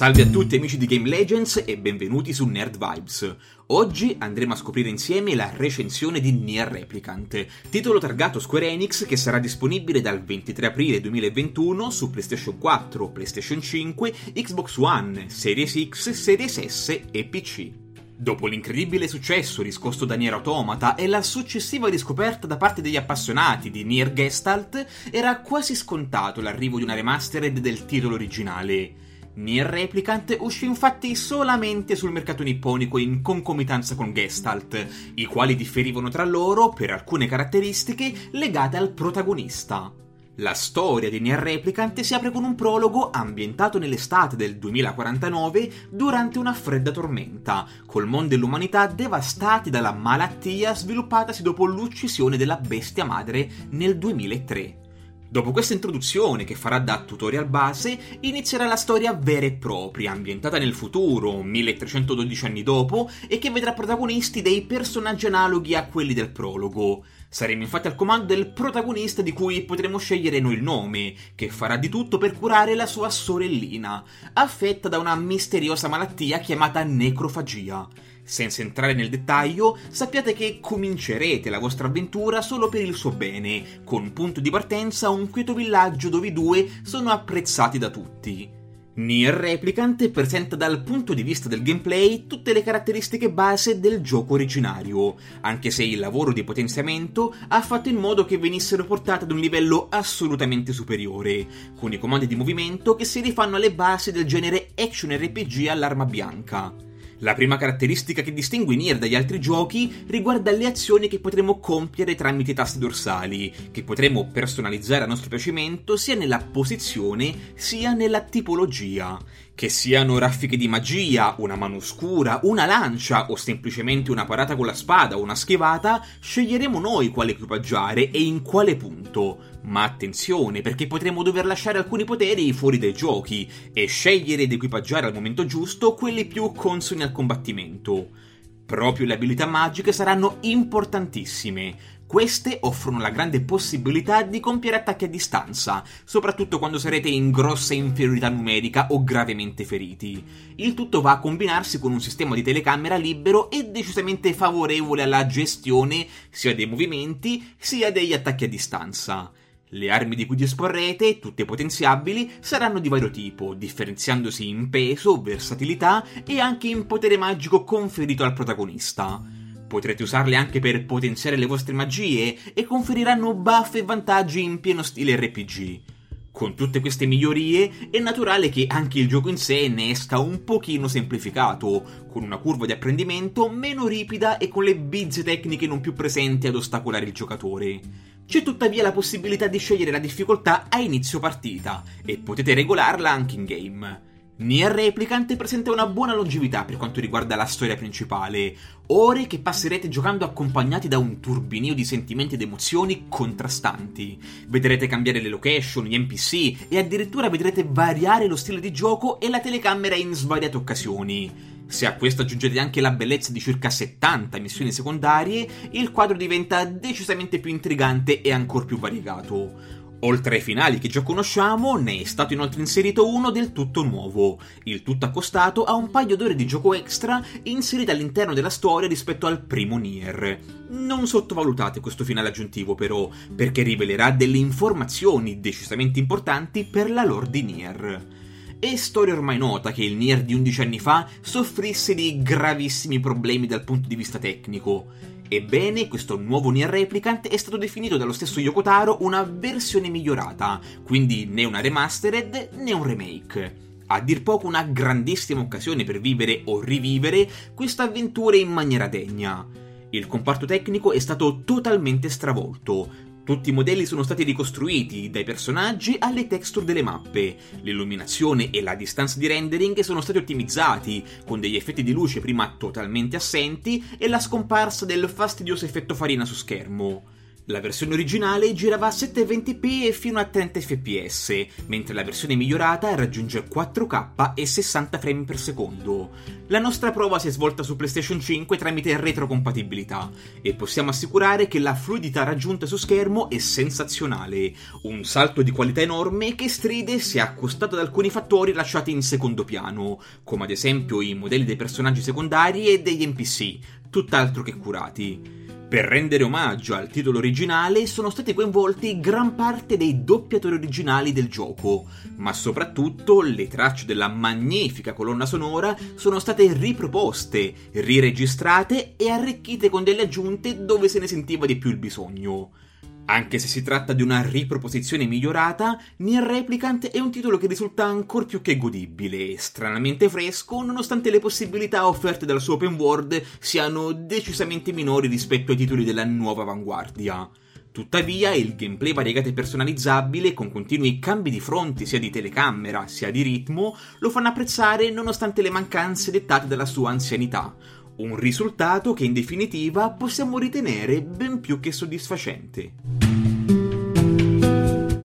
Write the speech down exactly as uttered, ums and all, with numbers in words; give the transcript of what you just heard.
Salve a tutti amici di Game Legends e benvenuti su Nerd Vibes. Oggi andremo a scoprire insieme la recensione di Nier Replicant, titolo targato Square Enix che sarà disponibile dal ventitré aprile duemilaventuno su PlayStation quattro, PlayStation cinque, Xbox One, Series X, Series S e P C. Dopo l'incredibile successo riscosso da Nier Automata e la successiva riscoperta da parte degli appassionati di Nier Gestalt, era quasi scontato l'arrivo di una remastered del titolo originale. Nier Replicant uscì infatti solamente sul mercato nipponico in concomitanza con Gestalt, i quali differivano tra loro per alcune caratteristiche legate al protagonista. La storia di Nier Replicant si apre con un prologo ambientato nell'estate del duemilaquarantanove durante una fredda tormenta, col mondo e l'umanità devastati dalla malattia sviluppatasi dopo l'uccisione della bestia madre nel duemilatré. Dopo questa introduzione, che farà da tutorial base, inizierà la storia vera e propria, ambientata nel futuro, milletrecentododici anni dopo, e che vedrà protagonisti dei personaggi analoghi a quelli del prologo. Saremo infatti al comando del protagonista di cui potremo scegliere noi il nome, che farà di tutto per curare la sua sorellina, affetta da una misteriosa malattia chiamata necrofagia. Senza entrare nel dettaglio, sappiate che comincerete la vostra avventura solo per il suo bene, con punto di partenza un quieto villaggio dove i due sono apprezzati da tutti. Nier Replicant presenta dal punto di vista del gameplay tutte le caratteristiche base del gioco originario, anche se il lavoro di potenziamento ha fatto in modo che venissero portate ad un livello assolutamente superiore, con i comandi di movimento che si rifanno alle basi del genere action R P G all'arma bianca. La prima caratteristica che distingue Nier dagli altri giochi riguarda le azioni che potremo compiere tramite i tasti dorsali, che potremo personalizzare a nostro piacimento sia nella posizione sia nella tipologia. Che siano raffiche di magia, una mano oscura, una lancia o semplicemente una parata con la spada o una schivata, sceglieremo noi quale equipaggiare e in quale punto. Ma attenzione, perché potremo dover lasciare alcuni poteri fuori dai giochi e scegliere di equipaggiare al momento giusto quelli più consoni al combattimento. Proprio le abilità magiche saranno importantissime. Queste offrono la grande possibilità di compiere attacchi a distanza, soprattutto quando sarete in grossa inferiorità numerica o gravemente feriti. Il tutto va a combinarsi con un sistema di telecamera libero e decisamente favorevole alla gestione sia dei movimenti sia degli attacchi a distanza. Le armi di cui disporrete, tutte potenziabili, saranno di vario tipo, differenziandosi in peso, versatilità e anche in potere magico conferito al protagonista. Potrete usarle anche per potenziare le vostre magie e conferiranno buff e vantaggi in pieno stile R P G. Con tutte queste migliorie è naturale che anche il gioco in sé ne esca un pochino semplificato, con una curva di apprendimento meno ripida e con le bizze tecniche non più presenti ad ostacolare il giocatore. C'è tuttavia la possibilità di scegliere la difficoltà a inizio partita e potete regolarla anche in game. Nier Replicant presenta una buona longevità per quanto riguarda la storia principale, ore che passerete giocando accompagnati da un turbinio di sentimenti ed emozioni contrastanti. Vedrete cambiare le location, gli N P C e addirittura vedrete variare lo stile di gioco e la telecamera in svariate occasioni. Se a questo aggiungete anche la bellezza di circa settanta missioni secondarie, il quadro diventa decisamente più intrigante e ancor più variegato. Oltre ai finali che già conosciamo, ne è stato inoltre inserito uno del tutto nuovo, il tutto accostato a un paio d'ore di gioco extra inserite all'interno della storia rispetto al primo Nier. Non sottovalutate questo finale aggiuntivo però, perché rivelerà delle informazioni decisamente importanti per la lore di Nier. È storia ormai nota che il Nier di undici anni fa soffrisse di gravissimi problemi dal punto di vista tecnico. Ebbene, questo nuovo Nier Replicant è stato definito dallo stesso Yoko Taro una versione migliorata, quindi né una remastered né un remake. A dir poco una grandissima occasione per vivere o rivivere questa avventura in maniera degna. Il comparto tecnico è stato totalmente stravolto. Tutti i modelli sono stati ricostruiti, dai personaggi alle texture delle mappe. L'illuminazione e la distanza di rendering sono stati ottimizzati, con degli effetti di luce prima totalmente assenti e la scomparsa del fastidioso effetto farina su schermo. La versione originale girava a settecentoventi p e fino a trenta effe pi esse, mentre la versione migliorata raggiunge quattro K e sessanta frame per secondo. La nostra prova si è svolta su PlayStation cinque tramite retrocompatibilità, e possiamo assicurare che la fluidità raggiunta su schermo è sensazionale, un salto di qualità enorme che stride si è accostato ad alcuni fattori lasciati in secondo piano, come ad esempio i modelli dei personaggi secondari e degli N P C, tutt'altro che curati. Per rendere omaggio al titolo originale sono stati coinvolti gran parte dei doppiatori originali del gioco, ma soprattutto le tracce della magnifica colonna sonora sono state riproposte, riregistrate e arricchite con delle aggiunte dove se ne sentiva di più il bisogno. Anche se si tratta di una riproposizione migliorata, Nier Replicant è un titolo che risulta ancor più che godibile, stranamente fresco, nonostante le possibilità offerte dal suo open world siano decisamente minori rispetto ai titoli della nuova avanguardia. Tuttavia, il gameplay variegato e personalizzabile, con continui cambi di fronte sia di telecamera sia di ritmo, lo fanno apprezzare nonostante le mancanze dettate dalla sua anzianità. Un risultato che in definitiva possiamo ritenere ben più che soddisfacente.